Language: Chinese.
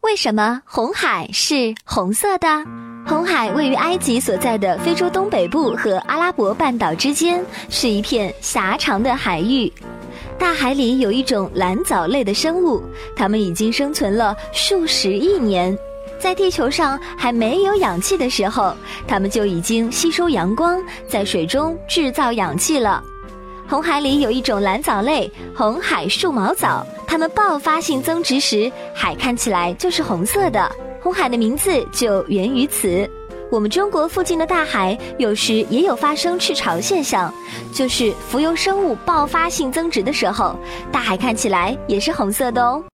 为什么红海是红色的？红海位于埃及所在的非洲东北部和阿拉伯半岛之间，是一片狭长的海域。大海里有一种蓝藻类的生物，它们已经生存了数十亿年。在地球上还没有氧气的时候，它们就已经吸收阳光，在水中制造氧气了。红海里有一种蓝藻类，红海树毛藻，它们爆发性增殖时，海看起来就是红色的。红海的名字就源于此。我们中国附近的大海有时也有发生赤潮现象，就是浮游生物爆发性增殖的时候，大海看起来也是红色的哦。